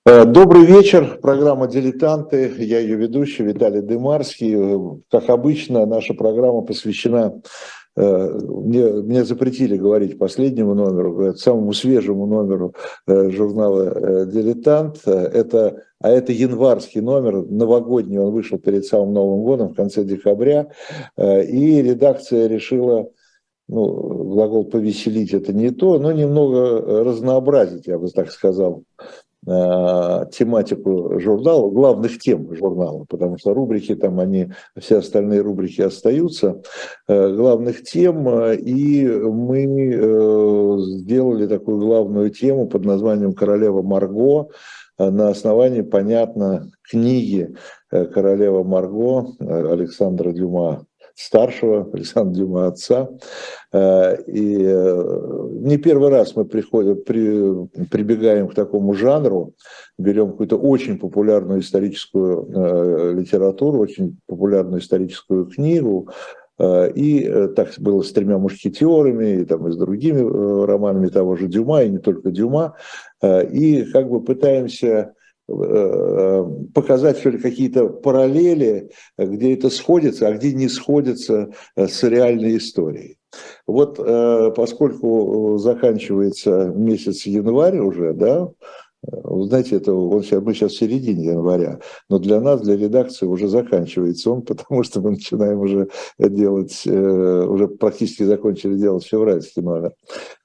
Добрый вечер, программа «Дилетанты», я ее ведущий Виталий Дымарский. Как обычно, наша программа посвящена, мне запретили говорить последнему номеру, говорят, самому свежему номеру журнала «Дилетант». Это январский номер, новогодний, он вышел перед самым Новым годом, в конце декабря, и редакция решила, ну, глагол «повеселить» это не то, но немного разнообразить, я бы так сказал, тематику журнала, главных тем журнала, потому что рубрики там, все остальные рубрики остаются, главных тем, и мы сделали такую главную тему под названием «Королева Марго», на основании, понятно, книги «Королева Марго» Александра Дюма старшего, Александра Дюма отца. И не первый раз мы прибегаем к такому жанру, берем какую-то очень популярную историческую литературу, очень популярную историческую книгу, и так было с «Тремя мушкетерами», и, там, и с другими романами того же Дюма, и не только Дюма, и как бы пытаемся показать, что ли, какие-то параллели, где это сходится, а где не сходится с реальной историей. Вот поскольку заканчивается месяц январь уже, да, вы знаете, мы сейчас в середине января, но для нас, для редакции уже заканчивается он, потому что мы начинаем уже делать, уже практически закончили делать февральский номер.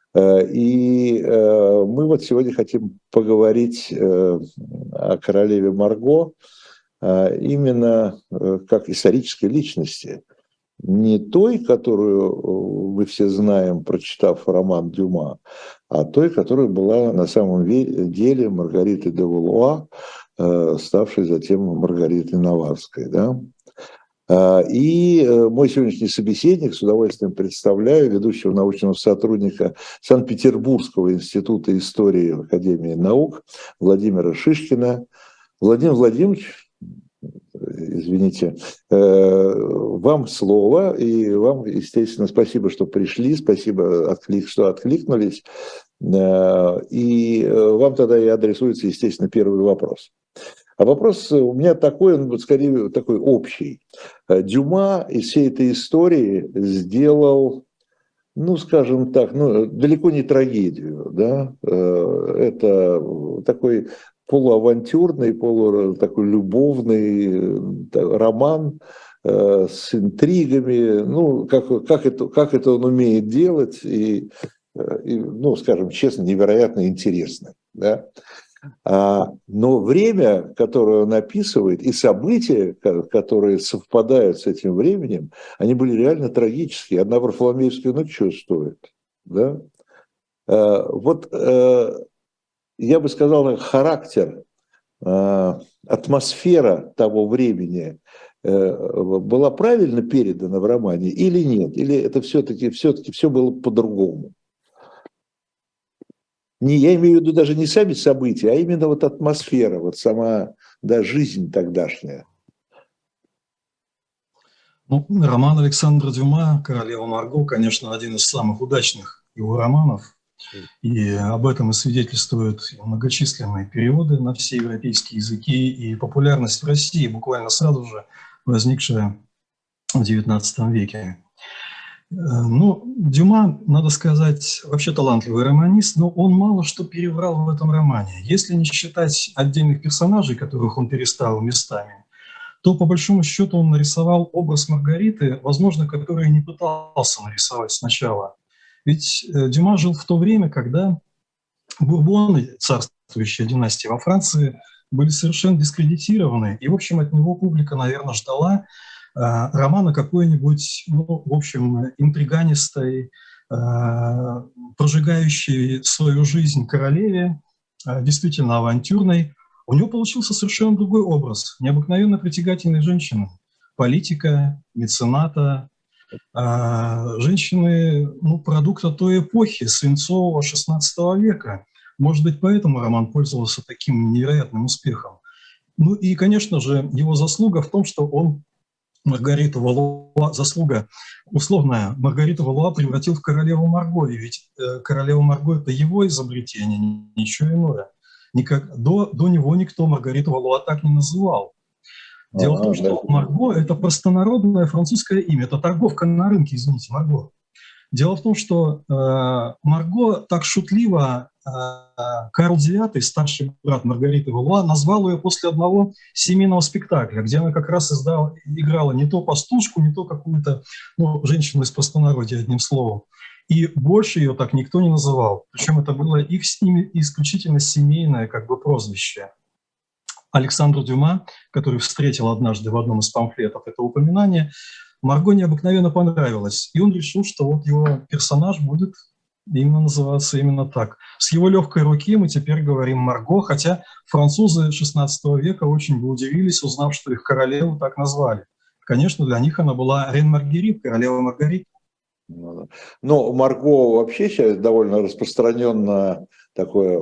И мы вот сегодня хотим поговорить о королеве Марго именно как исторической личности. Не той, которую мы все знаем, прочитав роман Дюма, а той, которая была на самом деле Маргаритой де Валуа, ставшей затем Маргаритой Наварской, да? И мой сегодняшний собеседник, с удовольствием представляю, ведущего научного сотрудника Санкт-Петербургского института истории Академии наук Владимира Шишкина. Владимир Владимирович, извините, вам слово, и вам, естественно, спасибо, что пришли, спасибо, что откликнулись. И вам тогда и адресуется, естественно, первый вопрос. А вопрос у меня такой, он скорее такой общий. Дюма из всей этой истории сделал, ну, скажем так, далеко не трагедию, да? Это такой полуавантюрный, такой любовный роман с интригами, ну, как это он умеет делать, и, ну, скажем честно, невероятно интересно, да? Но время, которое он описывает, и события, которые совпадают с этим временем, они были реально трагические. Одна Варфоломеевская ночь чего стоит? Да? Вот я бы сказал, характер, атмосфера того времени была правильно передана в романе или нет? Или это все-таки все было по-другому? Я имею в виду даже не сами события, а именно вот атмосфера, вот сама, да, жизнь тогдашняя. Ну, роман Александра Дюма «Королева Марго», конечно, один из самых удачных его романов. И об этом и свидетельствуют многочисленные переводы на все европейские языки и популярность в России, буквально сразу же возникшая в XIX веке. Ну, Дюма, надо сказать, вообще талантливый романист, но он мало что переврал в этом романе. Если не считать отдельных персонажей, которых он переставил местами, то по большому счету он нарисовал образ Маргариты, возможно, который не пытался нарисовать сначала. Ведь Дюма жил в то время, когда бурбоны, царствующая династия во Франции, были совершенно дискредитированы, и, в общем, от него публика, наверное, ждала романа какой-нибудь, ну, в общем, интриганистой, прожигающей свою жизнь королеве, действительно авантюрной. У него получился совершенно другой образ, необыкновенно притягательной женщины, политика, мецената, женщины, ну, продукта той эпохи, свинцового XVI века. Может быть, поэтому роман пользовался таким невероятным успехом. Ну и, конечно же, его заслуга в том, что он Маргариту Валуа, заслуга условная, Маргариту Валуа превратил в королеву Марго, и ведь королева Марго – это его изобретение, ничего иное. До него никто Маргариту Валуа так не называл. Дело в том, что Марго – это простонародное французское имя, это торговка на рынке, извините, Марго. Дело в том, что Марго так шутливо Карл IX, старший брат Маргариты Валуа, назвал ее после одного семейного спектакля, где она как раз играла не то пастушку, не то какую-то женщину из простонародья, одним словом. И больше ее так никто не называл. Причем это было их с ними исключительно семейное прозвище. Александру Дюма, который встретил однажды в одном из памфлетов это упоминание, Марго необыкновенно понравилось, и он решил, что вот его персонаж будет именно называться именно так. С его легкой руки мы теперь говорим Марго, хотя французы XVI века очень бы удивились, узнав, что их королеву так назвали. Конечно, для них она была Рен Маргерит, королева Маргарита. Ну, Марго вообще сейчас довольно распространенное такое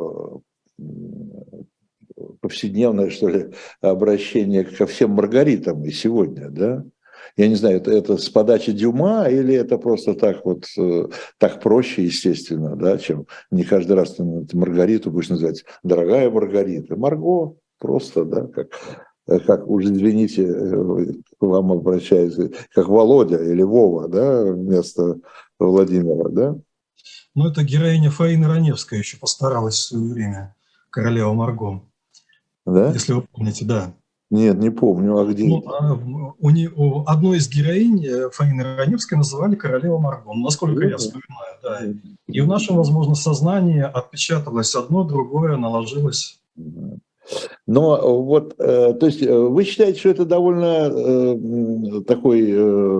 повседневное, что ли, обращение ко всем Маргаритам и сегодня, да? Я не знаю, это с подачи Дюма или это просто так вот, так проще, естественно, да, чем не каждый раз ты Маргариту будешь называть «дорогая Маргарита». Марго просто, да, как уже, извините, к вам обращаются, как Володя или Вова, да, вместо Владимира, да? Ну, это героиня Фаины Раневская еще постаралась в свое время, королева Марго. Да? Если вы помните, да. Нет, не помню, а где? У одной из героинь Фаины Раневской называли королева Марго, насколько я вспоминаю, да. И в нашем, возможно, сознании отпечаталось одно, другое наложилось. Но вот, то есть вы считаете, что это довольно такой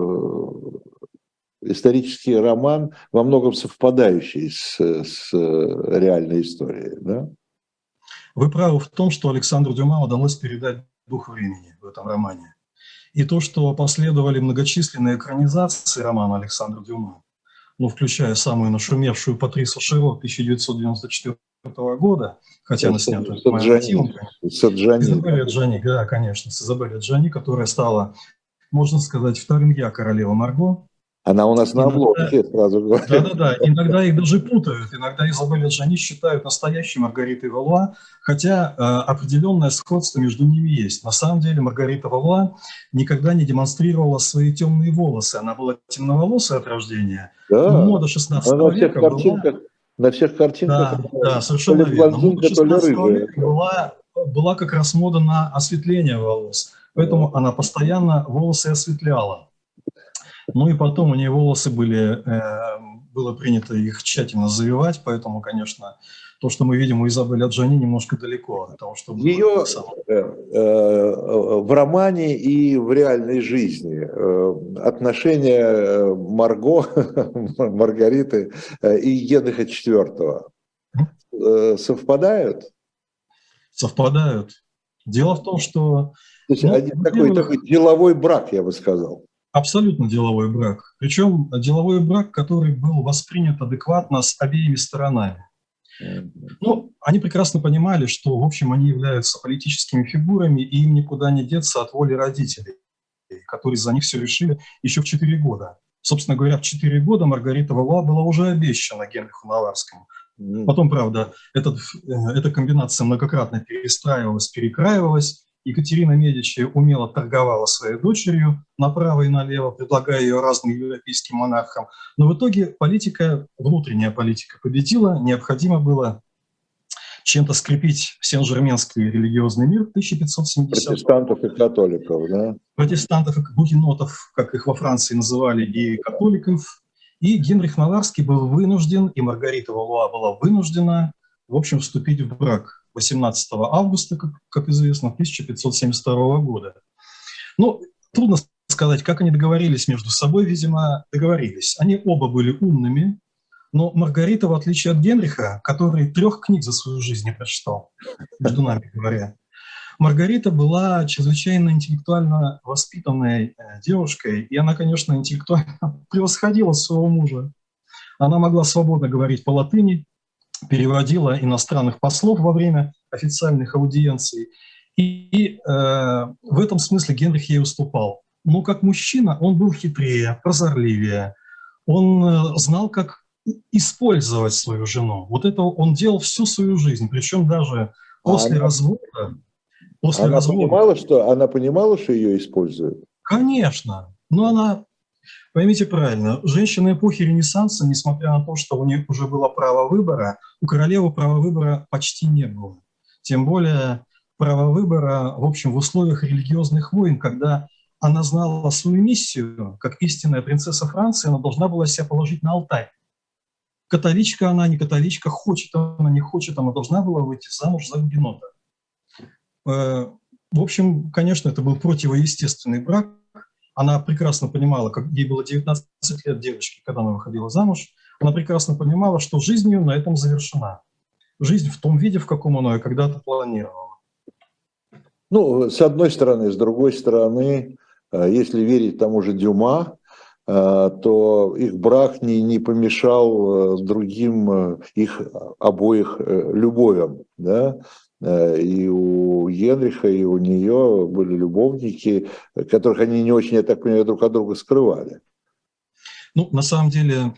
исторический роман, во многом совпадающий с реальной историей, да? Вы правы в том, что Александру Дюма удалось передать дух времени в этом романе. И то, что последовали многочисленные экранизации романа Александра Дюма, включая самую нашумевшую Патрису Широ 1994 года, хотя она снята по мотивам. Изабель Аджани, да, конечно, с Изабель Аджани, которая стала, можно сказать, вторым я королева Марго. Она у нас на обложке, сразу говорю. Да-да-да, иногда их даже путают. Иногда Изабель Аджани считают настоящей Маргаритой Валуа, хотя определенное сходство между ними есть. На самом деле Маргарита Валуа никогда не демонстрировала свои темные волосы. Она была темноволосая от рождения. Да, но мода 16 века была... На всех картинках. Да, совершенно верно. Мода 16 века была как раз мода на осветление волос. Поэтому она постоянно волосы осветляла. Ну и потом у нее волосы было принято их тщательно завивать, поэтому, конечно, то, что мы видим у Изабель Аджани, немножко далеко от того, что было. Ее в романе и в реальной жизни отношения Марго, Маргариты и Генриха IV совпадают? Совпадают. Дело в том, что... То есть один такой деловой брак, я бы сказал. Абсолютно деловой брак. Причем деловой брак, который был воспринят адекватно с обеими сторонами. Они прекрасно понимали, что, в общем, они являются политическими фигурами, и им никуда не деться от воли родителей, которые за них все решили еще в 4 года. Собственно говоря, в 4 года Маргарита Валуа была уже обещана Генриху Наварскому. Потом, правда, эта комбинация многократно перестраивалась, перекраивалась. Екатерина Медичи умело торговала своей дочерью направо и налево, предлагая ее разным европейским монархам. Но в итоге внутренняя политика победила. Необходимо было чем-то скрепить сен-жерменский религиозный мир 1570 года. Протестантов и католиков, да? Протестантов и гугенотов, как их во Франции называли, и католиков. И Генрих Наварский был вынужден, и Маргарита Валуа была вынуждена, в общем, вступить в брак 18 августа, как известно, 1572 года. Трудно сказать, как они договорились между собой, видимо, договорились. Они оба были умными, но Маргарита, в отличие от Генриха, который 3 книг за свою жизнь не прочитал, между нами говоря, Маргарита была чрезвычайно интеллектуально воспитанной девушкой, и она, конечно, интеллектуально превосходила своего мужа. Она могла свободно говорить по-латыни, переводила иностранных послов во время официальных аудиенций. И в этом смысле Генрих ей уступал. Но как мужчина он был хитрее, прозорливее. Он знал, как использовать свою жену. Вот это он делал всю свою жизнь, причем даже после развода. Она понимала, что ее используют? Конечно. Но она, поймите правильно, женщины эпохи Ренессанса, несмотря на то, что у них уже было право выбора, у королевы права выбора почти не было. Тем более право выбора, в общем, в условиях религиозных войн, когда она знала свою миссию, как истинная принцесса Франции, она должна была себя положить на алтарь. Католичка она, не католичка, хочет она, не хочет, она должна была выйти замуж за гугенота. В общем, конечно, это был противоестественный брак. Она прекрасно понимала, как ей было 19 лет девочки, когда она выходила замуж, она прекрасно понимала, что жизнь ее на этом завершена. Жизнь в том виде, в каком она ее когда-то планировала. Ну, с одной стороны, с другой стороны, если верить тому же Дюма, то их брак не помешал другим их обоих любовям, да? И у Генриха, и у нее были любовники, которых они не очень, я так понимаю, друг от друга скрывали. Ну, на самом деле,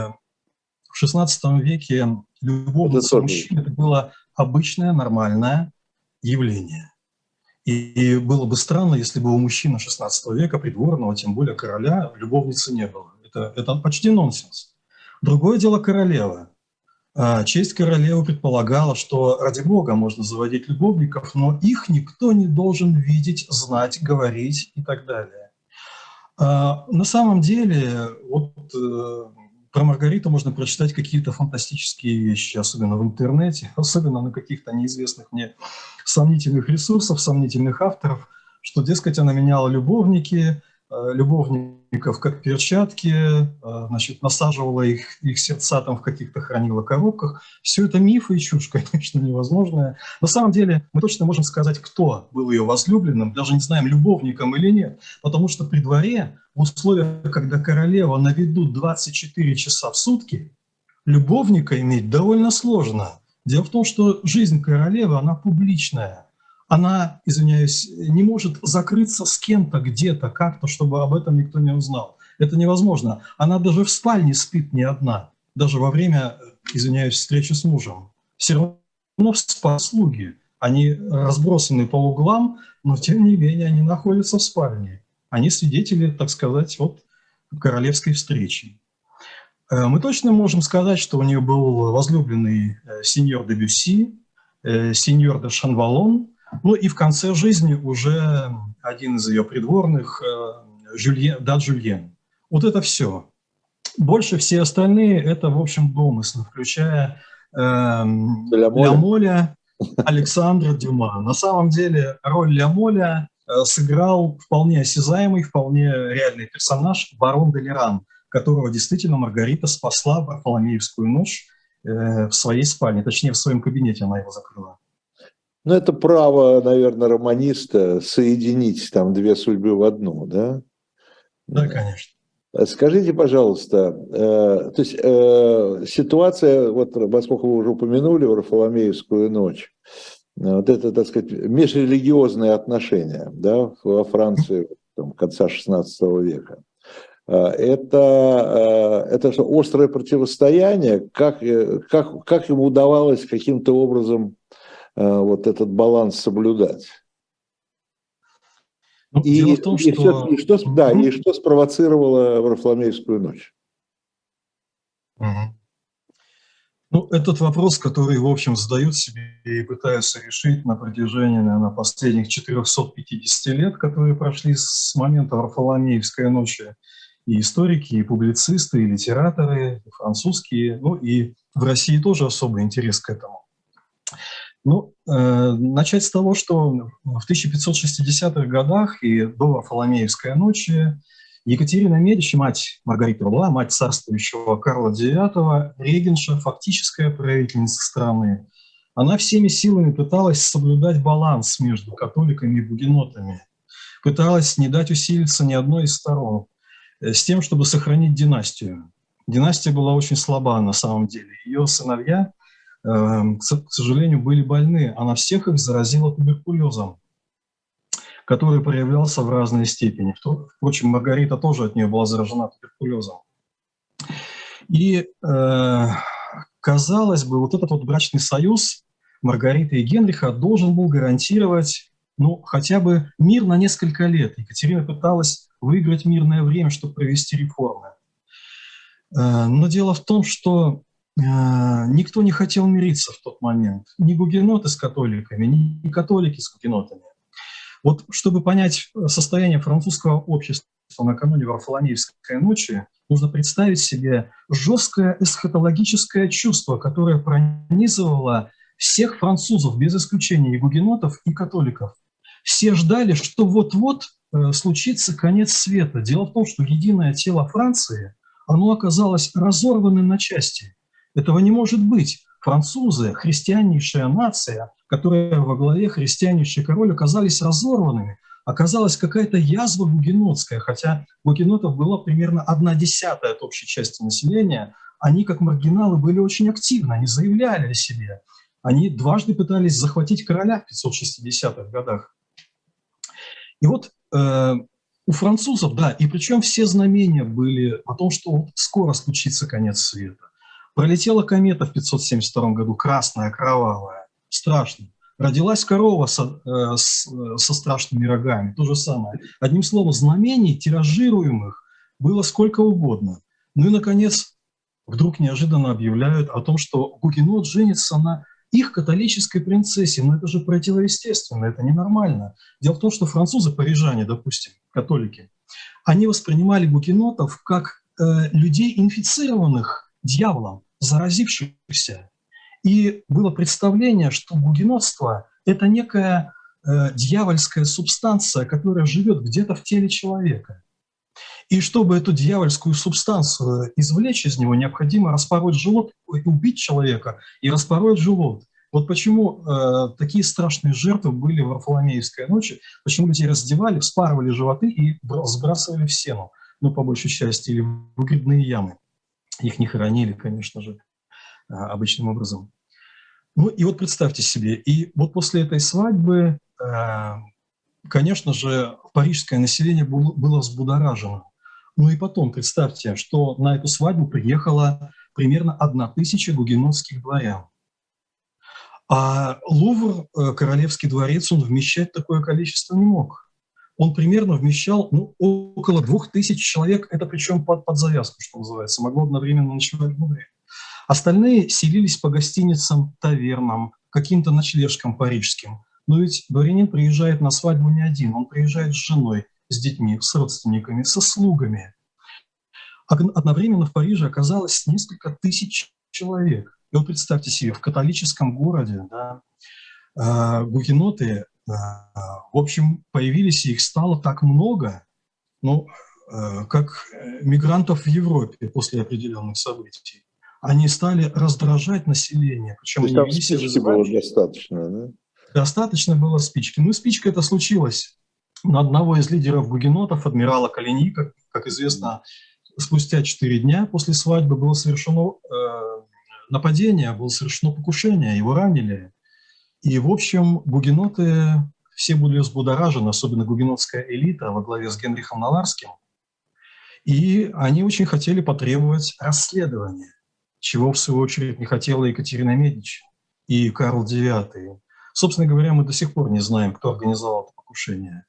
в XVI веке любовница мужчин – это было обычное, нормальное явление. И было бы странно, если бы у мужчины XVI века, придворного, тем более короля, любовницы не было. Это почти нонсенс. Другое дело королева. Честь королевы предполагала, что ради бога можно заводить любовников, но их никто не должен видеть, знать, говорить и так далее. На самом деле, вот про Маргариту можно прочитать какие-то фантастические вещи, особенно в интернете, особенно на каких-то неизвестных мне сомнительных ресурсах, сомнительных авторов, что, дескать, она меняла любовников как перчатки, значит, насаживала их сердца там в каких-то хранила коробках. Все это мифы и чушь, конечно, невозможная. На самом деле мы точно можем сказать, кто был ее возлюбленным, даже не знаем, любовником или нет, потому что при дворе, в условиях, когда королева на виду 24 часа в сутки, любовника иметь довольно сложно. Дело в том, что жизнь королевы, она публичная. Она, извиняюсь, не может закрыться с кем-то где-то, как-то, чтобы об этом никто не узнал. Это невозможно. Она даже в спальне спит не одна, даже во время, извиняюсь, встречи с мужем. Все равно в слуги. Они разбросаны по углам, но тем не менее они находятся в спальне. Они свидетели, так сказать, вот королевской встречи. Мы точно можем сказать, что у нее был возлюбленный сеньор де Бюсси, сеньор де Шанвалон, ну и в конце жизни уже один из ее придворных, Жюльен. Вот это все. Больше все остальные – это, в общем, домыслы, включая Ля Моля, Александра Дюма. На самом деле роль Ля Моля сыграл вполне осязаемый, вполне реальный персонаж барон де Леран, которого действительно Маргарита спасла в Варфоломеевскую ночь в своей спальне, точнее, в своем кабинете она его закрыла. Ну, это право, наверное, романиста соединить там две судьбы в одну, да? Да, конечно. Скажите, пожалуйста, то есть ситуация, вот поскольку вы уже упомянули Варфоломеевскую ночь, вот это, так сказать, межрелигиозные отношения, да, во Франции там, конца XVI века. Это что, острое противостояние, как ему удавалось каким-то образом вот этот баланс соблюдать? Ну, дело в том, что спровоцировало Варфоломеевскую ночь? Ну, этот вопрос, который, в общем, задают себе и пытаются решить на протяжении, наверное, последних 450 лет, которые прошли с момента Варфоломеевской ночи, и историки, и публицисты, и литераторы, и французские, ну и в России тоже особый интерес к этому. Ну, начать с того, что в 1560-х годах и до Варфоломеевской ночи Екатерина Медичи, мать Маргариты Валуа, мать царствующего Карла IX, регенша, фактическая правительница страны, она всеми силами пыталась соблюдать баланс между католиками и гугенотами, пыталась не дать усилиться ни одной из сторон, с тем, чтобы сохранить династию. Династия была очень слаба на самом деле. Ее сыновья, к сожалению, были больны. Она всех их заразила туберкулезом, который проявлялся в разной степени. Впрочем, Маргарита тоже от нее была заражена туберкулезом. И, казалось бы, вот этот вот брачный союз Маргариты и Генриха должен был гарантировать, ну, хотя бы мир на несколько лет. Екатерина пыталась выиграть мирное время, чтобы провести реформы. Но дело в том, что никто не хотел мириться в тот момент. Ни гугеноты с католиками, ни католики с гугенотами. Вот чтобы понять состояние французского общества накануне Варфоломеевской ночи, нужно представить себе жесткое эсхатологическое чувство, которое пронизывало всех французов, без исключения и гугенотов, и католиков. Все ждали, что вот-вот случится конец света. Дело в том, что единое тело Франции, оно оказалось разорванным на части. Этого не может быть. Французы, христианнейшая нация, которая во главе христианнейший король, оказались разорванными. Оказалась какая-то язва гугенотская, хотя гугенотов была примерно 1/10 от общей части населения. Они, как маргиналы, были очень активны, они заявляли о себе. Они дважды пытались захватить короля в 560-х годах. И вот у французов, да, и причем все знамения были о том, что скоро случится конец света. Пролетела комета в 572 году, красная, кровавая, страшно. Родилась корова со страшными рогами, то же самое. Одним словом, знамений тиражируемых было сколько угодно. Ну и, наконец, вдруг неожиданно объявляют о том, что гугенот женится на их католической принцессе. Но это же противоестественно, это ненормально. Дело в том, что французы, парижане, допустим, католики, они воспринимали гугенотов как людей, инфицированных дьяволом, заразившихся. И было представление, что гугенотство – это некая дьявольская субстанция, которая живет где-то в теле человека. И чтобы эту дьявольскую субстанцию извлечь из него, необходимо распороть желудок, убить человека и распороть желудок. Вот почему такие страшные жертвы были в Варфоломеевской ночи, почему людей раздевали, вспарывали животы и сбрасывали в сену, ну, по большей части, или в выгребные ямы. Их не хоронили, конечно же, обычным образом. Ну и вот представьте себе, и вот после этой свадьбы, конечно же, парижское население было взбудоражено. Ну и потом представьте, что на эту свадьбу приехало примерно 1000 гугенотских дворян. А Лувр, королевский дворец, он вмещать такое количество не мог. Он примерно вмещал около 2000 человек, это причем под завязку, что называется, могло одновременно ночевать в дворе. Остальные селились по гостиницам, тавернам, каким-то ночлежкам парижским. Но ведь дворянин приезжает на свадьбу не один, он приезжает с женой, с детьми, с родственниками, со слугами. Одновременно в Париже оказалось несколько тысяч человек. И вот представьте себе, в католическом городе, да, гугеноты, в общем, появились, и их стало так много, ну, как мигрантов в Европе после определенных событий. Они стали раздражать население. Причем там спички было достаточно, да? Достаточно было спички. Ну, спичка это случилась на одного из лидеров гугенотов, адмирала Коligny, как известно, спустя 4 дня после свадьбы было совершено нападение, было совершено покушение, его ранили. И, в общем, гугеноты все были взбудоражены, особенно гугенотская элита во главе с Генрихом Наварским. И они очень хотели потребовать расследования, чего, в свою очередь, не хотела Екатерина Медичи и Карл IX. Собственно говоря, мы до сих пор не знаем, кто организовал это покушение.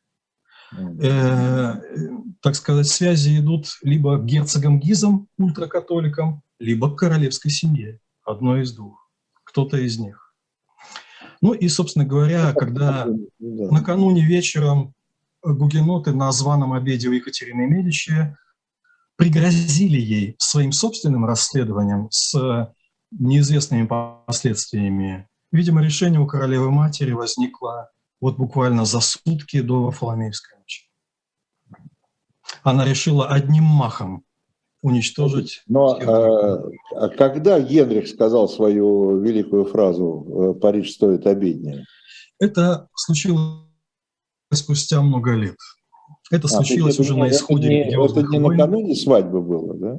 Так сказать, связи идут либо к герцогам Гизам, ультракатоликам, либо к королевской семье. Одно из двух. Кто-то из них. Ну и, собственно говоря, когда накануне вечером гугеноты на званом обеде у Екатерины Медичи пригрозили ей своим собственным расследованием с неизвестными последствиями, видимо, решение у королевы-матери возникло вот буквально за сутки до Варфоломеевской ночи. Она решила одним махом уничтожить. Но когда Генрих сказал свою великую фразу «Париж стоит обеднее»? Это случилось спустя много лет. Это случилось уже на исходе религиозных войн. Это не накануне свадьбы было, да?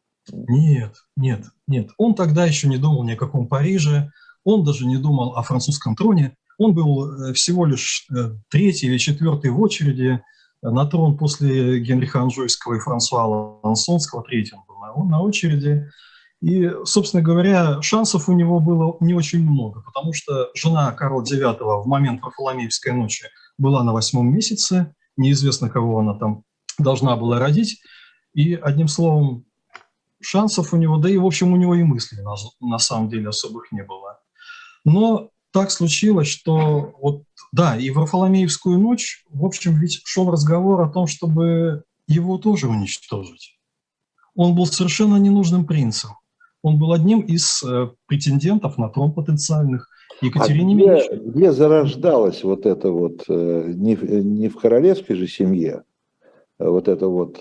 Нет. Он тогда еще не думал ни о каком Париже, он даже не думал о французском троне. Он был всего лишь 3-й или 4-й в очереди на трон после Генриха Анжуйского и Франсуа Алансонского, 3-м был на на очереди. И, собственно говоря, шансов у него было не очень много, потому что жена Карла IX в момент Варфоломеевской ночи была на 8-м месяце, неизвестно, кого она там должна была родить. И, одним словом, шансов у него, да и, в общем, у него и мыслей на самом деле особых не было. Но так случилось, что вот, да, и в Варфоломеевскую ночь, в общем, ведь шел разговор о том, чтобы его тоже уничтожить. Он был совершенно ненужным принцем. Он был одним из претендентов на трон потенциальных. Екатерине Медичи. Где зарождалась вот это вот, не в королевской же семье, вот это вот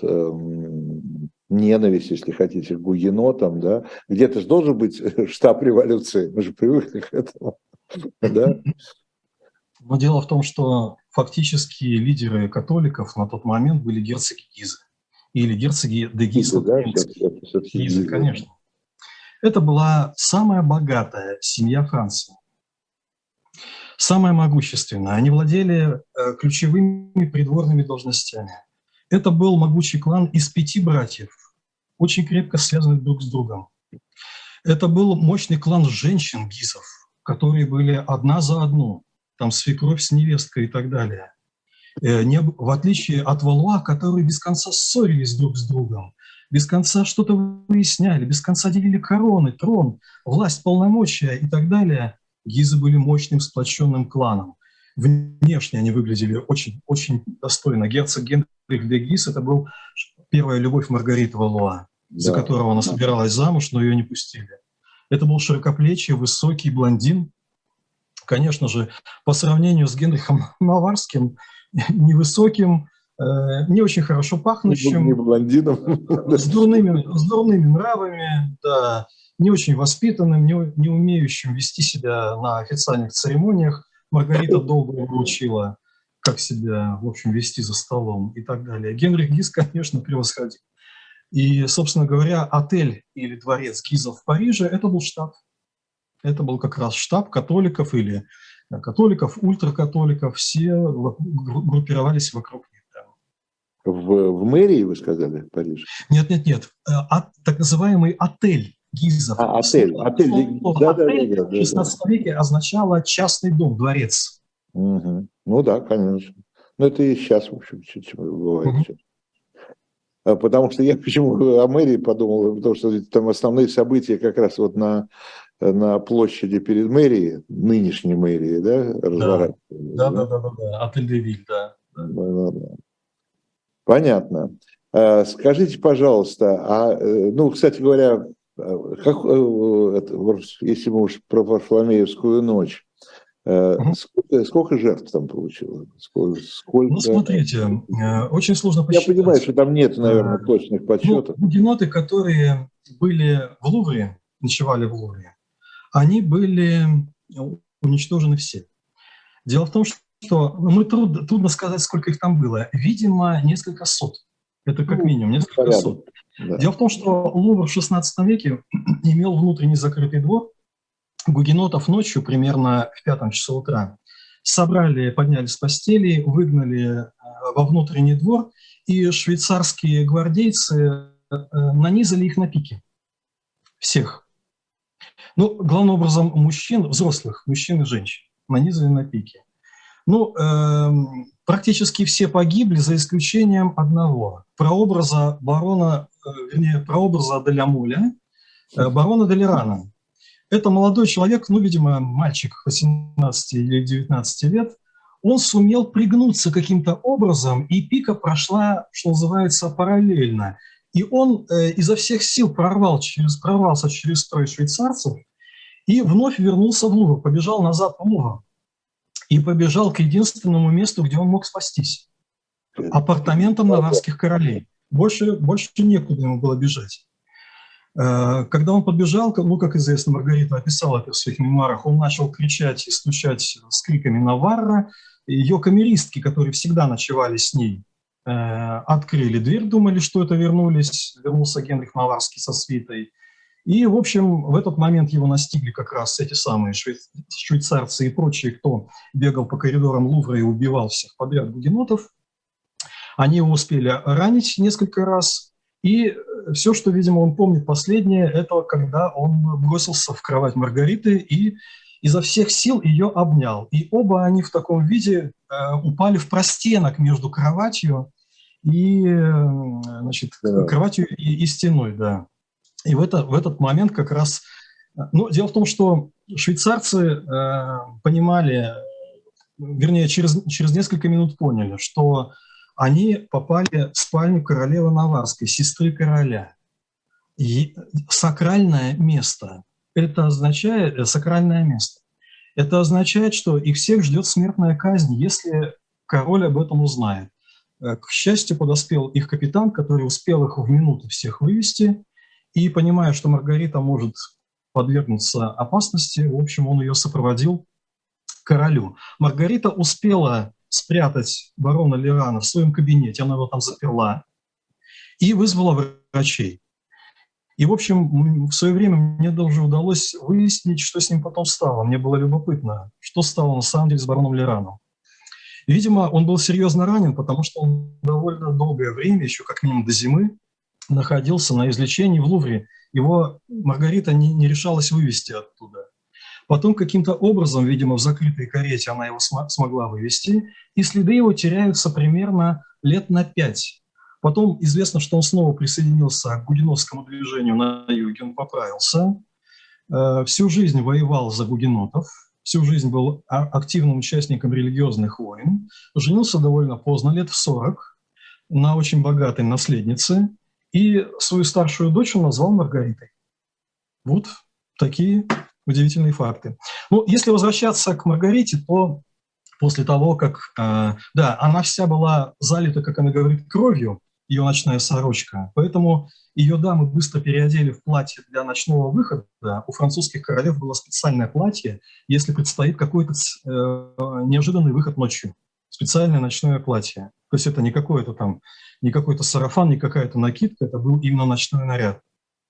ненависть, если хотите, к гугенотам, да? Где-то же должен быть штаб революции, мы же привыкли к этому, да? Но дело в том, что фактически лидеры католиков на тот момент были герцоги Гизы. Или герцоги де Гиза. Да, Гизы, конечно. Это была самая богатая семья Франции. Самая могущественная. Они владели ключевыми придворными должностями. Это был могучий клан из 5 братьев, очень крепко связанных друг с другом. Это был мощный клан женщин Гизов, которые были одна за одну, там свекровь с невесткой и так далее. В отличие от Валуа, которые без конца ссорились друг с другом, без конца что-то выясняли, без конца делили короны, трон, власть, полномочия и так далее, Гизы были мощным сплоченным кланом. Внешне они выглядели очень, очень достойно. Герцог Генрих де Гиз – это был первая любовь Маргариты Валуа, за которого она собиралась замуж, но ее не пустили. Это был широкоплечий, высокий блондин. Конечно же, по сравнению с Генрихом Наварским, невысоким, не очень хорошо пахнущим, не блондином, с дурными нравами, да, не очень воспитанным, не умеющим вести себя на официальных церемониях. Маргарита долго его учила, как себя, в общем, вести за столом и так далее. Генрих Гиз, конечно, превосходил. И, собственно говоря, отель или дворец Гизов в Париже – это был штаб. Это был как раз штаб католиков или католиков, ультракатоликов. Все группировались вокруг них. В мэрии, вы сказали, в Париже? Нет. Так называемый отель Гизов. Отель. Отель в 16 веке означало частный дом, дворец. Угу. Ну да, конечно. Но это и сейчас, в общем, бывает. Потому что я почему о мэрии подумал, потому что там основные события как раз вот на площади перед мэрией, нынешней мэрией, да, разворачивались. Да. Отель де Виль, да. Понятно. Скажите, пожалуйста, кстати говоря, если мы уж про Варфоломеевскую ночь, сколько жертв там получилось? Сколько... Ну, смотрите, очень сложно посчитать. Я понимаю, что там нет, наверное, точных подсчетов. Гугеноты, которые были в Лувре, ночевали в Лувре, они были уничтожены все. Дело в том, что трудно сказать, сколько их там было. Видимо, несколько сот. Это как минимум несколько сот. Да. Дело в том, что Лувр в XVI веке имел внутренний закрытый двор. Гугенотов ночью, примерно в 5 часу утра, подняли с постелей, выгнали во внутренний двор, и швейцарские гвардейцы нанизали их на пики. Всех. Ну, главным образом мужчин, взрослых, мужчин и женщин, нанизали на пики. Ну, практически все погибли, за исключением одного. Прообраза де ля Моля, барона де Лерана. Это молодой человек, видимо, мальчик 18 или 19 лет. Он сумел пригнуться каким-то образом, и пика прошла, что называется, параллельно. И он изо всех сил прорвался через строй швейцарцев и вновь вернулся в Лувр, побежал назад в Лувр. И побежал к единственному месту, где он мог спастись. Апартаментам наварских королей. Больше некуда ему было бежать. Когда он подбежал, как известно, Маргарита описала это в своих мемуарах, он начал кричать и стучать с криками Наварра. Ее камеристки, которые всегда ночевали с ней, открыли дверь, думали, что это вернулся Генрих Наварский со свитой. И, в общем, в этот момент его настигли как раз эти самые швейцарцы и прочие, кто бегал по коридорам Лувра и убивал всех подряд гугенотов. Они его успели ранить несколько раз, И все, что, видимо, он помнит последнее, это когда он бросился в кровать Маргариты и изо всех сил ее обнял. И оба они в таком виде упали в простенок между кроватью и, значит, кроватью и стеной, да. И в этот момент как раз... Ну, дело в том, что швейцарцы понимали, вернее, через несколько минут поняли, что они попали в спальню королевы Наварской, сестры короля. И сакральное место. Это означает, сакральное место. Это означает, что их всех ждет смертная казнь, если король об этом узнает. К счастью, подоспел их капитан, который успел их в минуту всех вывести, и, понимая, что Маргарита может подвергнуться опасности, в общем, он ее сопроводил к королю. Маргарита успела спрятать барона Лерана в своем кабинете, она его там заперла, и вызвала врачей. И, в общем, в свое время мне даже удалось выяснить, что с ним потом стало. Мне было любопытно, что стало на самом деле с бароном Лераном. Видимо, он был серьезно ранен, потому что он довольно долгое время, еще как минимум до зимы, находился на излечении в Лувре. Его Маргарита не решалась вывести оттуда. Потом каким-то образом, видимо, в закрытой карете она его смогла вывести, и следы его теряются примерно лет на 5. Потом известно, что он снова присоединился к гугенотскому движению на юге, он поправился. Всю жизнь воевал за гугенотов, всю жизнь был активным участником религиозных войн, женился довольно поздно, лет в 40, на очень богатой наследнице, и свою старшую дочь он назвал Маргаритой. Вот такие удивительные факты. Ну, если возвращаться к Маргарите, то после того, как... да, она вся была залита, как она говорит, кровью, ее ночная сорочка, поэтому ее дамы быстро переодели в платье для ночного выхода. У французских королев было специальное платье, если предстоит какой-то неожиданный выход ночью. Специальное ночное платье. То есть это не какой-то там, не какой-то сарафан, не какая-то накидка, это был именно ночной наряд.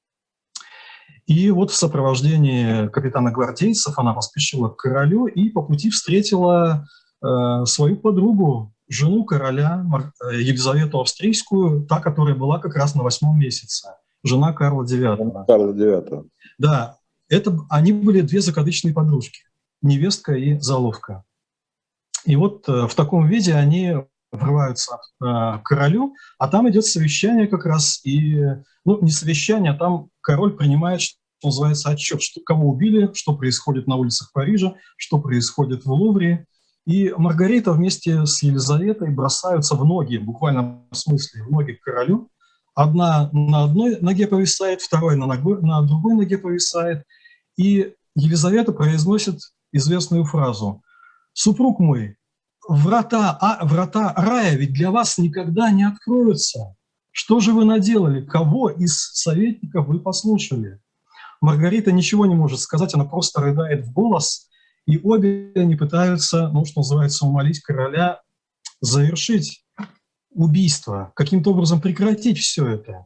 И вот в сопровождении капитана гвардейцев она поспешила к королю и по пути встретила свою подругу, жену короля Елизавету Австрийскую, та, которая была как раз на 8-м месяце, жена Карла IX. Карла IX. Да, они были две закадычные подружки, невестка и заловка. И вот в таком виде они врываются к королю, а там идет совещание как раз, и, ну, не совещание, а там король принимает, что называется, отчет, кого убили, что происходит на улицах Парижа, что происходит в Лувре. И Маргарита вместе с Елизаветой бросаются в ноги, в буквальном смысле, в ноги к королю. Одна на одной ноге повисает, вторая на другой ноге повисает. И Елизавета произносит известную фразу: «Супруг мой, врата рая ведь для вас никогда не откроются. Что же вы наделали? Кого из советников вы послушали?» Маргарита ничего не может сказать, она просто рыдает в голос, и обе они пытаются, ну, что называется, умолить короля завершить убийство, каким-то образом прекратить все это.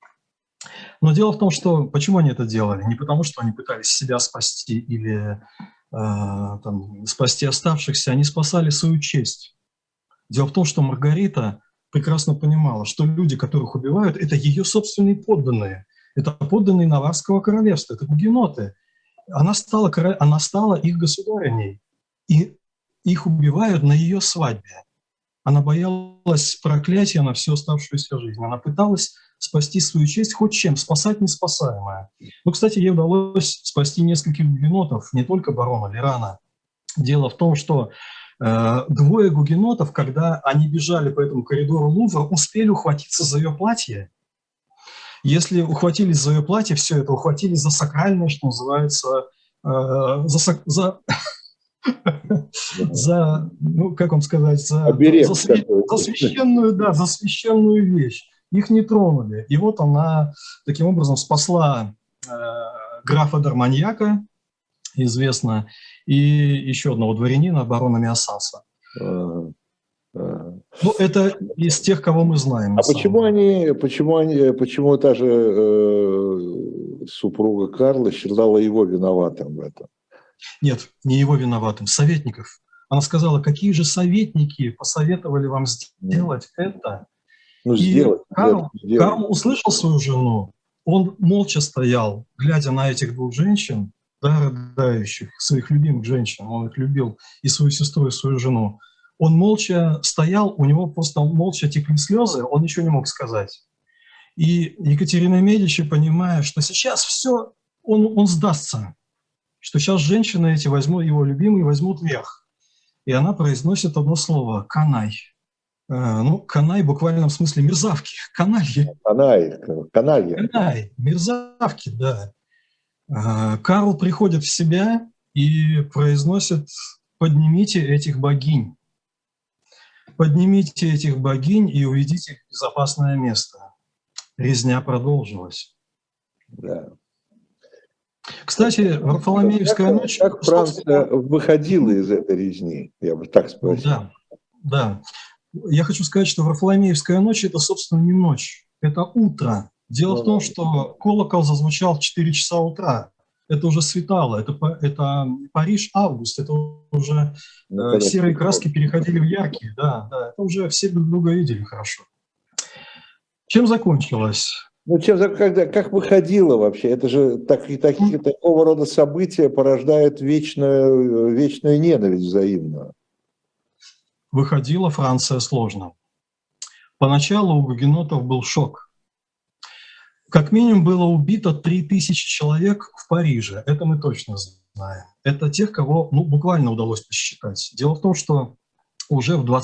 Но дело в том, что почему они это делали? Не потому, что они пытались себя спасти или спасти оставшихся, они спасали свою честь. Дело в том, что Маргарита прекрасно понимала, что люди, которых убивают, это ее собственные подданные. Это подданные Наварского королевства, это гугеноты. Она стала их государыней, и их убивают на ее свадьбе. Она боялась проклятия на всю оставшуюся жизнь. Она пыталась спасти свою честь хоть чем, спасать неспасаемое. Ну, кстати, ей удалось спасти нескольких гугенотов, не только барона Лерана. Дело в том, что двое гугенотов, когда они бежали по этому коридору Лувра, успели ухватиться за ее платье. Если ухватились за ее платье, все это ухватились за сакральное, что называется, ну, как вам сказать, за священную вещь. Их не тронули. И вот она таким образом спасла графа Дарманьяка, известно, и еще одного дворянина, барона Миасаса. Ну, это из тех, кого мы знаем. А почему та же супруга Карла считала его виноватым в этом? Нет, не его виноватым, советников. Она сказала, какие же советники посоветовали вам сделать это? Ну, И сделать. Карл услышал свою жену, он молча стоял, глядя на этих двух женщин, да, рыдающих, своих любимых женщин, он их любил, и свою сестру, и свою жену. Он молча стоял, у него просто молча текли слезы, он ничего не мог сказать. И Екатерина Медичи, понимая, что сейчас все, он сдастся, что сейчас женщины эти возьмут, его любимые, возьмут верх. И она произносит одно слово – «канай». Ну, канай в буквальном смысле мерзавки, канальи. Каналья. Канай, мерзавки, да. Карл приходит в себя и произносит: «Поднимите этих богинь. Поднимите этих богинь и уведите их в безопасное место». Резня продолжилась. Да. Кстати, Варфоломеевская ночь... Как Франция выходила из этой резни, я бы так спросил. Да, да. Я хочу сказать, что Варфоломеевская ночь – это, собственно, не ночь, это утро. Дело в том, что колокол зазвучал в 4 часа утра. Это уже светало, это Париж, август, это уже серые краски переходили в яркие. Да, да, это уже все друг друга видели хорошо. Чем закончилось? Ну, как выходило вообще? Это же такого рода события порождают вечную ненависть взаимную. Выходила Франция сложно. Поначалу у гугенотов был шок. Как минимум было убито 3000 человек в Париже, это мы точно знаем. Это тех, кого буквально удалось посчитать. Дело в том, что уже в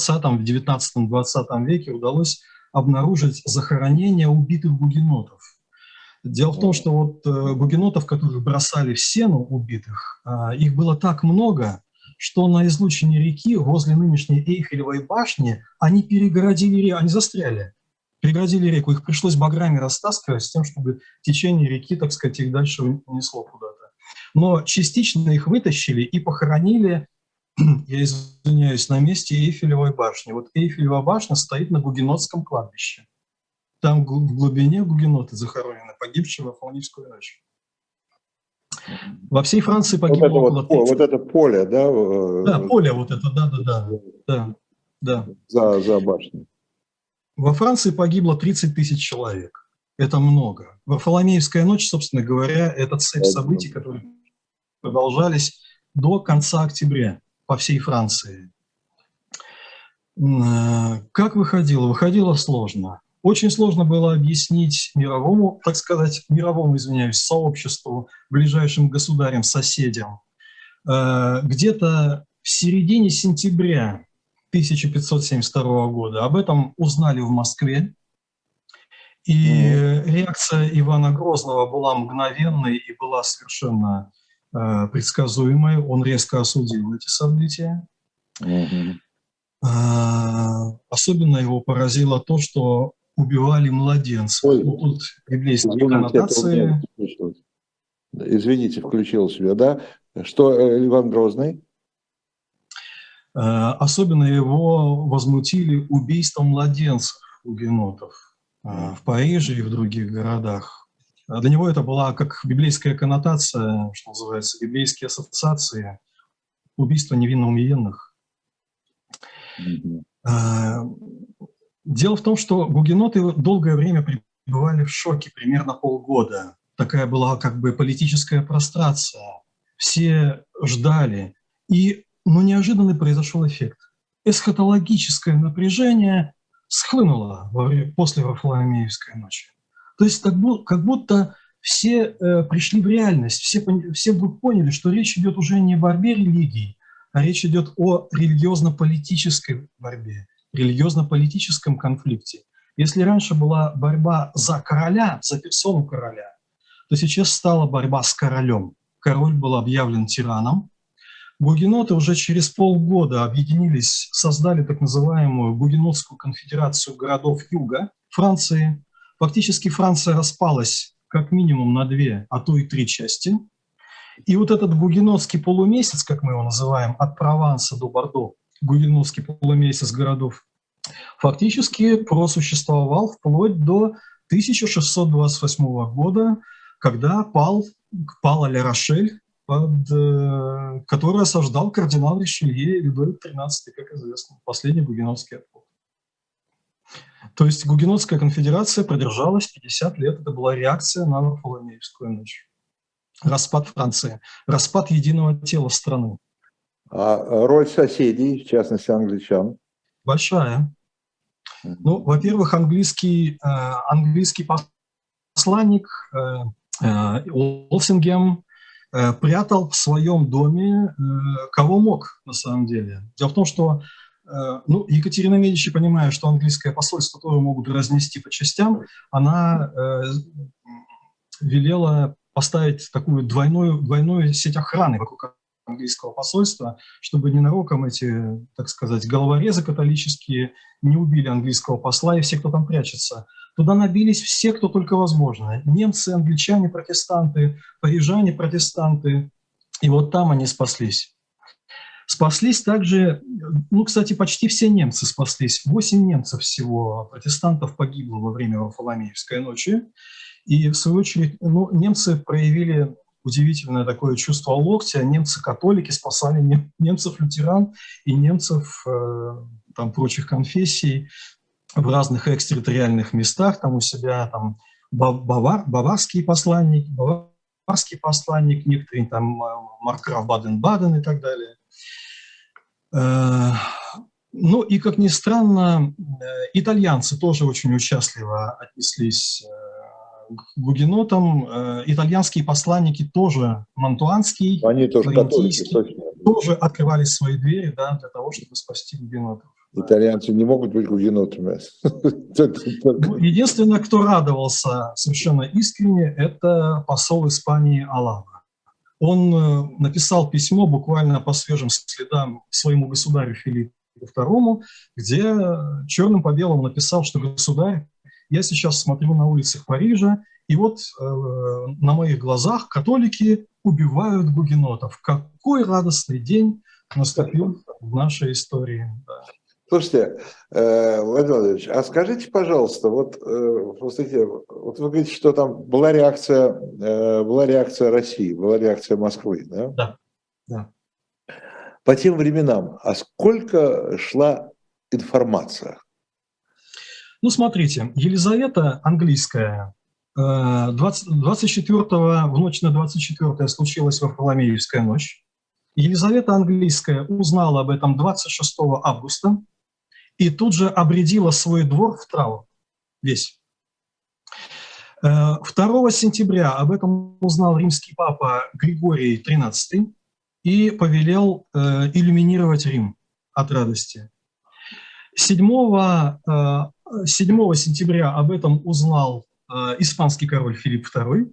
19-20 веке удалось обнаружить захоронения убитых гугенотов. Дело в том, что вот гугенотов, которых бросали в сену убитых, их было так много, что на излучине реки возле нынешней Эйфелевой башни они перегородили, они застряли, перегородили реку. Их пришлось баграми растаскивать с тем, чтобы течение реки, так сказать, их дальше унесло куда-то. Но частично их вытащили и похоронили, я извиняюсь, на месте Эйфелевой башни. Вот Эйфелева башня стоит на гугенотском кладбище. Там в глубине гугеноты захоронены, погибшие во Варфоломеевскую ночь. Во всей Франции погибло около 30. Вот это поле, да? Да, поле вот это, да. За башней. Во Франции погибло 30 000 человек. Это много. Варфоломеевская ночь, собственно говоря, это цепь событий, которые продолжались до конца октября по всей Франции. Как выходило? Выходило сложно. Очень сложно было объяснить мировому, сообществу, ближайшим государям, соседям. Где-то в середине сентября 1572 года об этом узнали в Москве, и реакция Ивана Грозного была мгновенной и была совершенно предсказуемой. Он резко осудил эти события. Особенно его поразило то, что убивали младенцев. Тут библейские коннотации. Извините, включил себя, да? Что Иван Грозный? Особенно его возмутили убийством младенцев гугенотов в Париже и в других городах. Для него это была как библейская коннотация, что называется, библейские ассоциации, убийство невинных. Дело в том, что гугеноты долгое время пребывали в шоке, примерно полгода. Такая была как бы политическая прострация. Все ждали. Но неожиданно произошел эффект. Эсхатологическое напряжение схлынуло после Варфоломеевской ночи. То есть как будто все пришли в реальность, все вдруг поняли, что речь идет уже не о борьбе религий, а речь идет о религиозно-политической борьбе, религиозно-политическом конфликте. Если раньше была борьба за короля, за персону короля, то сейчас стала борьба с королем. Король был объявлен тираном. Гугеноты уже через полгода объединились, создали так называемую Гугенотскую конфедерацию городов Юга Франции. Фактически Франция распалась как минимум на 2, а то и 3 части. И вот этот гугенотский полумесяц, как мы его называем, от Прованса до Бордо, гугенотский полумесяц городов, фактически просуществовал вплоть до 1628 года, когда пала Ля-Рошель, который осаждал кардинал Ришелье и Людовик XIII, как известно, последний гугенотский оплот. То есть Гугенотская конфедерация продержалась 50 лет. Это была реакция на Варфоломеевскую ночь. Распад Франции, распад единого тела страны. А роль соседей, в частности англичан? Большая. Ну, во-первых, английский посланник Уолсингем прятал в своем доме кого мог, на самом деле. Дело в том, что Екатерина Медичи, понимая, что английское посольство тоже могут разнести по частям, она велела поставить такую двойную сеть охраны вокруг английского посольства, чтобы ненароком эти, так сказать, головорезы католические не убили английского посла и все, кто там прячется. Туда набились все, кто только возможно. Немцы, англичане, протестанты, парижане, протестанты. И вот там они спаслись. Спаслись также, кстати, почти все немцы спаслись. 8 немцев всего, протестантов погибло во время Варфоломеевской ночи. И, в свою очередь, немцы проявили удивительное такое чувство локтя. Немцы-католики спасали немцев-лютеран и немцев прочих конфессий в разных экстерриториальных местах. Там у себя там баварский посланник, некоторые там маркграф Баден-Баден и так далее. И, как ни странно, итальянцы тоже очень участливо отнеслись к гугенотам. Итальянские посланники тоже, Мантуанский, они тоже Флорентийский, католики, тоже открывали свои двери, да, для того, чтобы спасти гугенотов. Итальянцы не могут быть гугенотами. Единственное, кто радовался совершенно искренне, это посол Испании Алава. Он написал письмо буквально по свежим следам своему государю Филиппу II, где черным по белому написал, что государь, я сейчас смотрю на улицах Парижа, и вот на моих глазах католики убивают гугенотов. Какой радостный день наступил в нашей истории. Да. Слушайте, Владимир Владимирович, а скажите, пожалуйста, вот вы говорите, что там была реакция России, была реакция Москвы, да? Да, да. По тем временам, а сколько шла информация? Смотрите, Елизавета английская, 24-го, в ночь на 24-е случилась Варфоломеевская ночь. Елизавета английская узнала об этом 26 августа и тут же обрядила свой двор в траур весь. 2 сентября об этом узнал римский папа Григорий XIII и повелел иллюминировать Рим от радости. 7 сентября об этом узнал испанский король Филипп II.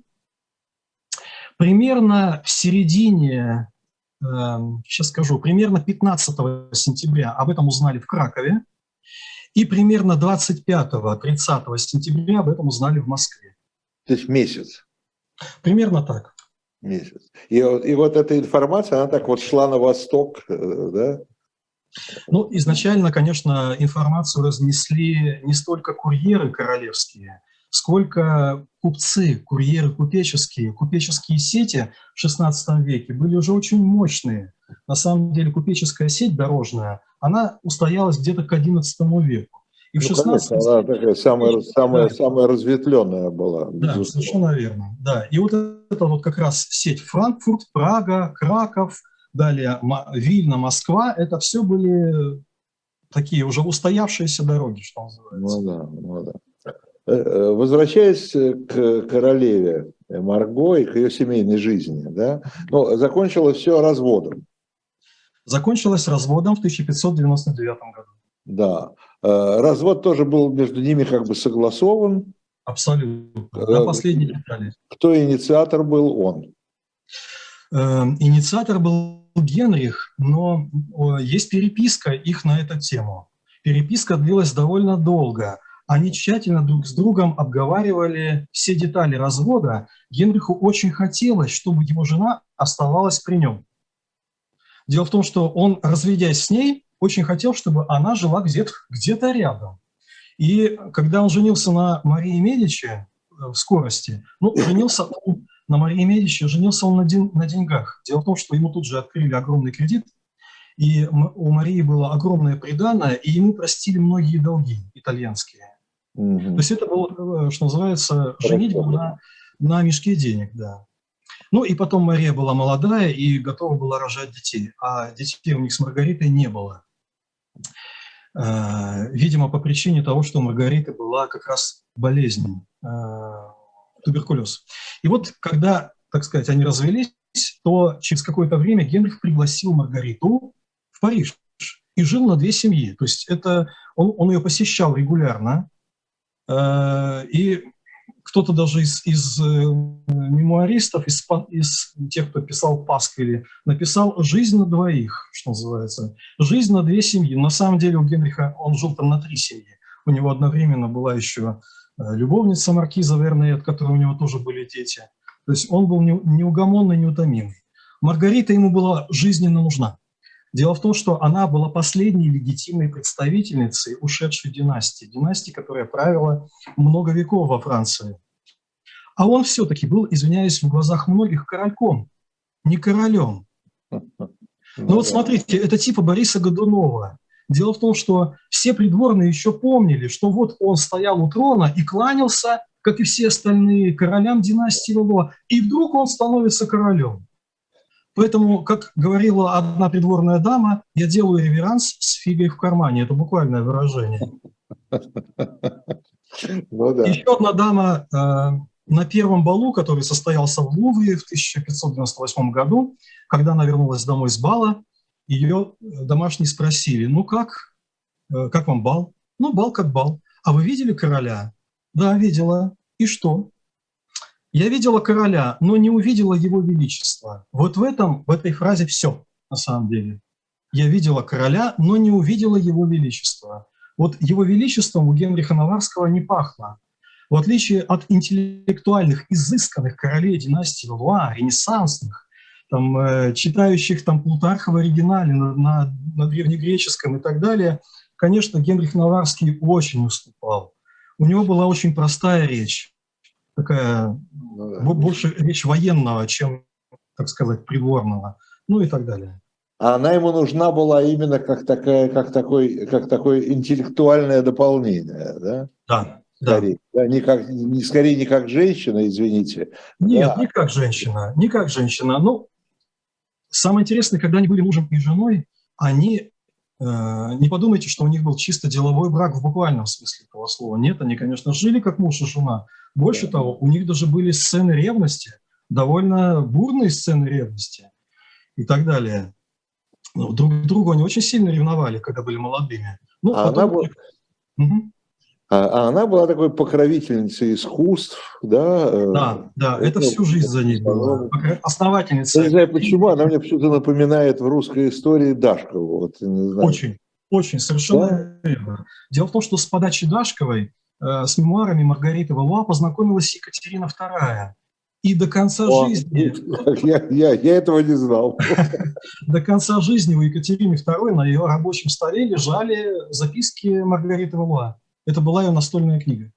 Примерно в середине, сейчас скажу, примерно 15 сентября об этом узнали в Кракове, и примерно 25-30 сентября об этом узнали в Москве. То есть месяц? Примерно так. Месяц. И вот эта информация, она так вот шла на восток, да? Изначально, конечно, информацию разнесли не столько курьеры королевские, сколько купцы, курьеры купеческие. Купеческие сети в XVI веке были уже очень мощные. На самом деле купеческая сеть дорожная, она устоялась где-то к XI веку. И в 16 конечно, она такая самая разветвленная была. Да, совершенно верно. Да. И вот это вот как раз сеть Франкфурт, Прага, Краков, далее Вильна, Москва, это все были такие уже устоявшиеся дороги, что называется. Ну да. Возвращаясь к королеве Марго и к ее семейной жизни, да, закончилось все разводом. Закончилось разводом в 1599 году. Да. Развод тоже был между ними как бы согласован. Абсолютно. До последней детали. Кто инициатор был? Он. Инициатор был Генрих, но есть переписка их на эту тему. Переписка длилась довольно долго. Они тщательно друг с другом обговаривали все детали развода. Генриху очень хотелось, чтобы его жена оставалась при нем. Дело в том, что он, разведясь с ней, очень хотел, чтобы она жила где-то рядом. И когда он женился на Марии Медичи в скорости, женился он на Марии Медичи, женился он на деньгах. Дело в том, что ему тут же открыли огромный кредит, И у Марии было огромное приданое, и ему простили многие долги итальянские. То есть это было, что называется, женитьба на мешке денег, да. Ну и потом Мария была молодая и готова была рожать детей, а детей у них с Маргаритой не было. Видимо, по причине того, что у Маргариты была как раз болезнь, туберкулез. И вот когда, так сказать, они развелись, то через какое-то время Генрих пригласил Маргариту в Париж и жил на две семьи. То есть это он ее посещал регулярно. И кто-то даже из мемуаристов, из тех, кто писал пасквили, написал «Жизнь на двоих», что называется. «Жизнь на две семьи». На самом деле у Генриха он жил там на три семьи. У него одновременно была еще любовница маркиза Верней, от которой у него тоже были дети. То есть он был неугомонный, неутомимый. Маргарита ему была жизненно нужна. Дело в том, что она была последней легитимной представительницей ушедшей династии, которая правила много веков во Франции. А он все-таки был, извиняюсь, в глазах многих корольком, не королем. Ну вот смотрите, это типа Бориса Годунова. Дело в том, что все придворные еще помнили, что вот он стоял у трона и кланялся, как и все остальные, королям династии Валуа, и вдруг он становится королем. Поэтому, как говорила одна придворная дама, я делаю реверанс с фигой в кармане. Это буквальное выражение. Ну, да. Еще одна дама на первом балу, который состоялся в Лувре в 1598 году, когда она вернулась домой с бала, ее домашние спросили: ну как вам бал? Ну, бал как бал. А вы видели короля? Да, видела. И что? Я видела короля, но не увидела его величества. Вот в этой фразе все, на самом деле. Я видела короля, но не увидела его величества. Вот его величеством у Генриха Наварского не пахло. В отличие от интеллектуальных, изысканных королей династии Валуа, ренессансных, там, читающих там Плутарха в оригинале на древнегреческом и так далее, конечно, Генрих Наварский очень уступал. У него была очень простая речь. Такая, больше речь военного, чем, так сказать, придворного, ну и так далее. А она ему нужна была именно как такое интеллектуальное дополнение, да? Да, скорее, да. Скорее не как женщина, извините. Нет, да. не как женщина. Ну, самое интересное, когда они были мужем и женой, они, не подумайте, что у них был чисто деловой брак в буквальном смысле этого слова. Нет, они, конечно, жили как муж и жена. Больше того, у них даже были сцены ревности, довольно бурные сцены ревности и так далее. Друг другу они очень сильно ревновали, когда были молодыми. Ну, она была такой покровительницей искусств, да? Да, это всю жизнь за ней было. Основательница. Я не знаю почему, она мне почему-то напоминает в русской истории Дашкову. Вот, не знаю. Очень, совершенно верно. Дело в том, что с подачи Дашковой с мемуарами Маргариты Валуа познакомилась Екатерина II. И до конца жизни... Я этого не знал. До конца жизни у Екатерины II на ее рабочем столе лежали записки Маргариты Валуа. Это была ее настольная книга.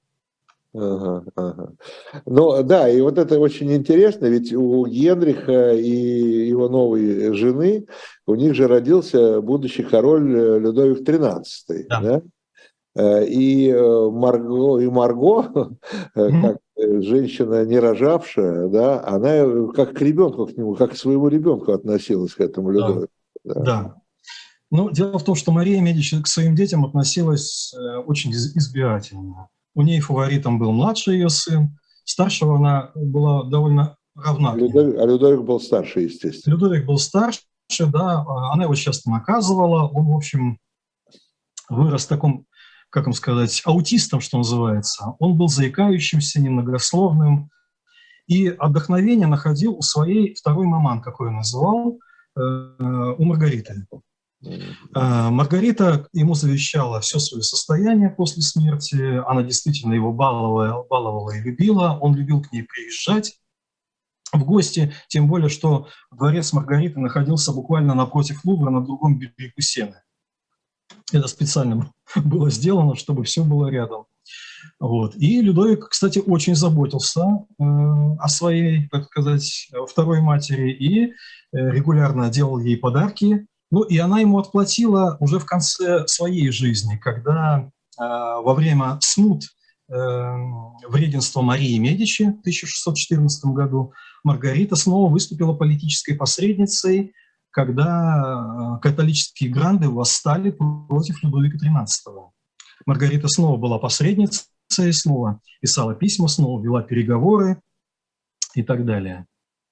Ну да, и вот это очень интересно, ведь у Генриха и его новой жены, у них же родился будущий король Людовик XIII. Да? И Марго, как женщина не рожавшая, да, она как к ребенку к нему, как к своему ребенку относилась к этому Людовику. Да. Ну, дело в том, что Мария Медичи к своим детям относилась очень избирательно. У нее фаворитом был младший ее сын, старшего она была довольно равна. А Людовик был старше, естественно. Людовик был старше, да, она его часто наказывала, он, в общем, вырос таком, как вам сказать, аутистом, что называется. Он был заикающимся, немногословным, и отдохновение находил у своей второй маман, какой он называл, у Маргариты. Маргарита ему завещала все свое состояние после смерти, она действительно его баловала и любила, он любил к ней приезжать в гости, тем более, что дворец Маргариты находился буквально напротив Лувра, на другом берегу Сены. Это специально было сделано, чтобы все было рядом. Вот. И Людовик, кстати, очень заботился о своей, так сказать, второй матери и регулярно делал ей подарки. Ну и она ему отплатила уже в конце своей жизни, когда во время смут в регенство Марии Медичи в 1614 году Маргарита снова выступила политической посредницей, когда католические гранды восстали против Людовика XIII. Маргарита снова была посредницей, снова писала письма, снова вела переговоры и так далее.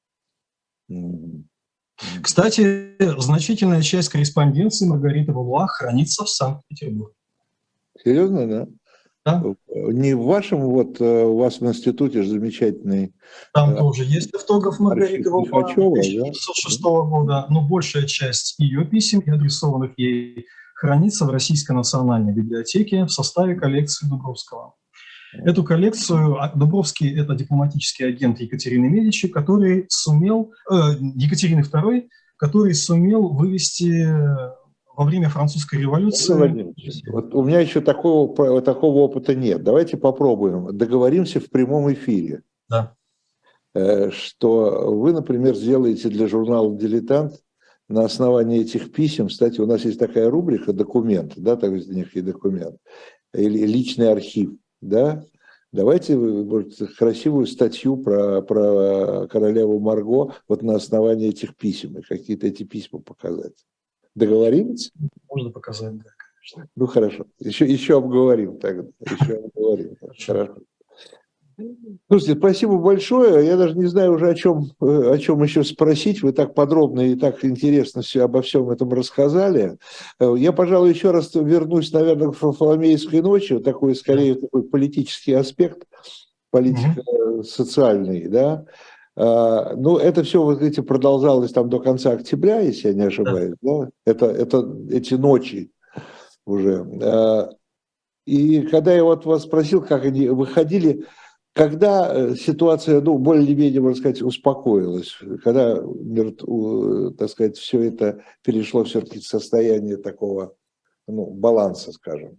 Кстати, значительная часть корреспонденции Маргариты Валуа хранится в Санкт-Петербурге. Серьезно, да? Да. Не в вашем, вот у вас в институте же замечательный... Там тоже есть автограф Маргариты Валуа 1906 года, но большая часть ее писем и адресованных ей хранится в Российской национальной библиотеке в составе коллекции Дубровского. Эту коллекцию Дубровский – это дипломатический агент Екатерины Медичи, который сумел, Екатерины II, который сумел вывести во время французской революции. Вот у меня еще такого опыта нет. Давайте попробуем. Договоримся в прямом эфире. Да. Что вы, например, сделаете для журнала «Дилетант» на основании этих писем. Кстати, у нас есть такая рубрика «Документы», да, так из них и документ, или личный архив. Да? Давайте красивую статью про королеву Марго вот на основании этих писем и какие-то эти письма показать. Договорились? Можно показать, да, конечно. Ну хорошо. Еще обговорим тогда. Еще обговорим. Хорошо. Слушайте, спасибо большое. Я даже не знаю уже, о чем еще спросить. Вы так подробно и так интересно все обо всем этом рассказали. Я, пожалуй, еще раз вернусь, наверное, к Варфоломеевской ночи. Такой, скорее, такой политический аспект, политико-социальный, да. Ну, это все, вот эти продолжалось там до конца октября, если я не ошибаюсь, да? Это эти ночи уже. И когда я вот вас спросил, как они выходили, когда ситуация, ну, более-менее, можно сказать, успокоилась, когда, так сказать, все это перешло все-таки в состояние такого, ну, баланса, скажем?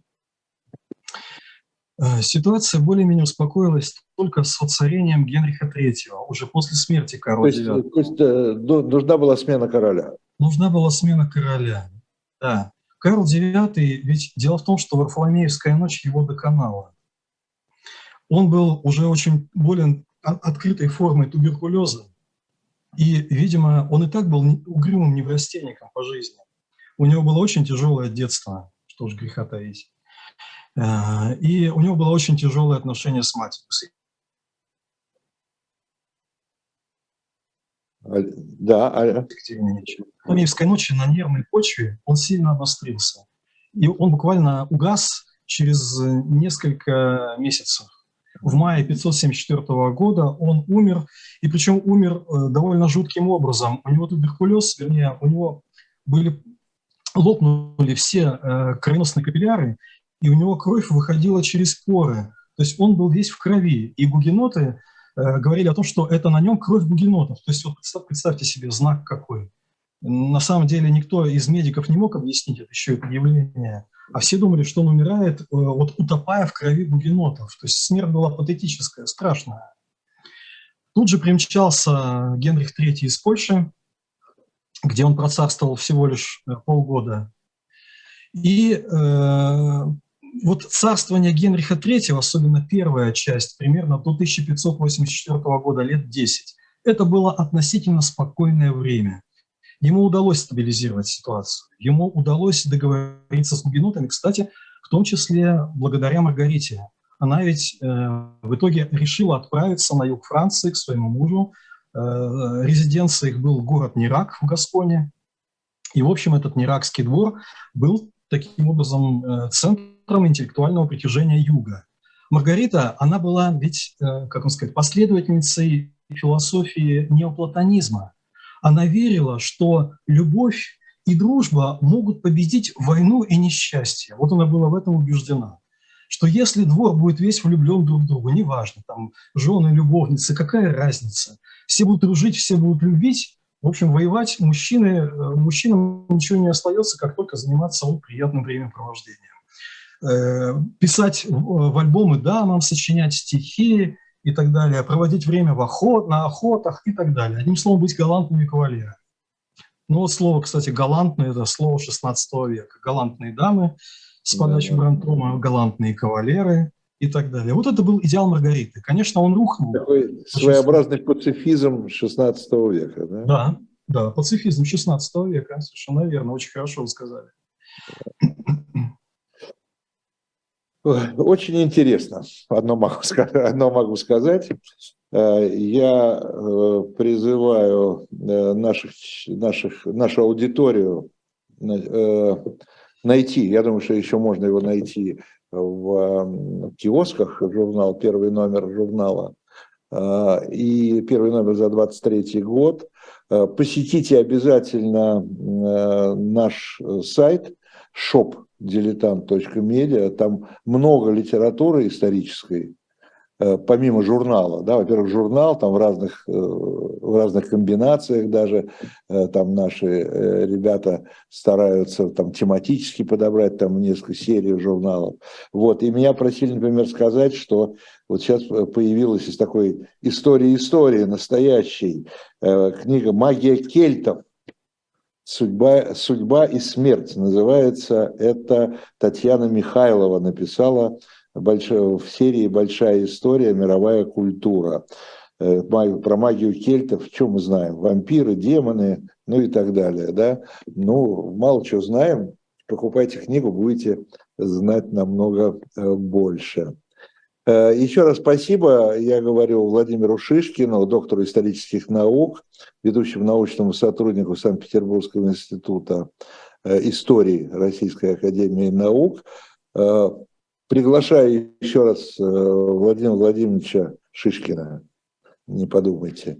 Ситуация более-менее успокоилась только с воцарением Генриха III, уже после смерти Карла IX. То есть нужна была смена короля? Нужна была смена короля, да. Карл IX, ведь дело в том, что Варфоломеевская ночь его доконала. Он был уже очень болен открытой формой туберкулеза, и, видимо, он и так был угрюмым неврастенником по жизни. У него было очень тяжелое детство, что уж греха таить. И у него было очень тяжелое отношение с матерью. Да, Варфоломеевской ночи на нервной почве он сильно обострился. И он буквально угас через несколько месяцев. В мае 574 года он умер, и причем умер довольно жутким образом. У него туберкулез, вернее, у него лопнули все кровеносные капилляры, и у него кровь выходила через поры. То есть он был весь в крови. И гугеноты говорили о том, что это на нем кровь гугенотов. То есть вот представьте себе знак какой. На самом деле никто из медиков не мог объяснить еще это явление. А все думали, что он умирает, вот утопая в крови гугенотов. То есть смерть была патетическая, страшная. Тут же примчался Генрих III из Польши, где он процарствовал всего лишь полгода. И вот царствование Генриха III, особенно первая часть, примерно до 1584 года, лет 10, это было относительно спокойное время. Ему удалось стабилизировать ситуацию, ему удалось договориться с гугенотами, кстати, в том числе благодаря Маргарите. Она ведь в итоге решила отправиться на юг Франции к своему мужу. Резиденцией их был город Нирак в Гасконе. И, в общем, этот Ниракский двор был таким образом центром интеллектуального притяжения юга. Маргарита, она была ведь, как вам сказать, последовательницей философии неоплатонизма. Она верила, что любовь и дружба могут победить войну и несчастье. Вот она была в этом убеждена. Что если двор будет весь влюблен друг в друга, неважно, там, жены, любовницы, какая разница, все будут дружить, все будут любить, в общем, воевать мужчинам ничего не остается, как только заниматься приятным времяпровождением. Писать в альбомы дамам, сочинять стихи и так далее, проводить время на охотах и так далее. Одним словом, быть галантными кавалерами. Ну, вот слово, кстати, галантные, это слово 16 века. Галантные дамы с подачи Брантома, галантные кавалеры и так далее. Вот это был идеал Маргариты. Конечно, он рухнул. Такой своеобразный пацифизм 16 века, да? Да, да, пацифизм 16 века, совершенно верно, очень хорошо вы сказали. Очень интересно. Одно могу сказать. Я призываю нашу аудиторию найти, я думаю, что еще можно его найти в киосках, журнал, первый номер журнала, и первый номер за 23 год. Посетите обязательно наш сайт shop.diletant.media, там много литературы исторической, помимо журнала, да, во-первых, журнал там в разных комбинациях даже, там наши ребята стараются там тематически подобрать там несколько серий журналов. Вот, и меня просили, например, сказать, что вот сейчас появилась из такой истории настоящей книга «Магия кельтов. Судьба и смерть» называется. Это Татьяна Михайлова написала в серии «Большая история. Мировая культура». Про магию кельтов, что мы знаем? Вампиры, демоны, ну и так далее. Да? Ну, мало чего знаем. Покупайте книгу, будете знать намного больше. Еще раз спасибо, я говорю Владимиру Шишкину, доктору исторических наук, ведущему научному сотруднику Санкт-Петербургского института истории Российской академии наук. Приглашаю еще раз Владимира Владимировича Шишкина, не подумайте,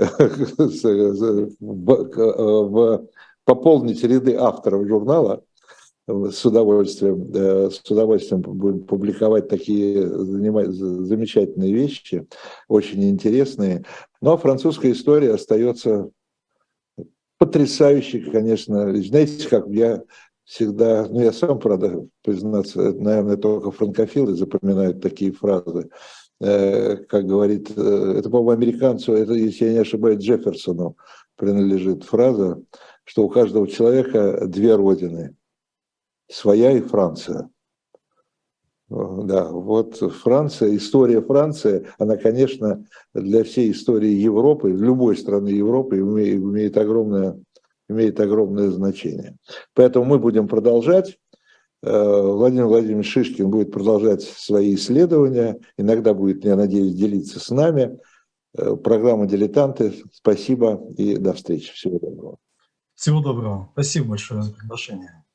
пополнить ряды авторов журнала. С удовольствием будем публиковать такие замечательные вещи, очень интересные. Но французская история остается потрясающей, конечно. Знаете, как я всегда, ну я сам, правда, признаться, наверное, только франкофилы запоминают такие фразы. Как говорит, это, по-моему, американцу, это, если я не ошибаюсь, Джефферсону принадлежит фраза, что у каждого человека две родины. Своя и Франция. Да, вот Франция, история Франции, она, конечно, для всей истории Европы, любой страны Европы имеет огромное значение. Поэтому мы будем продолжать. Владимир Владимирович Шишкин будет продолжать свои исследования. Иногда будет, я надеюсь, делиться с нами. Программа «Дилетанты». Спасибо и до встречи. Всего доброго. Всего доброго. Спасибо большое за приглашение.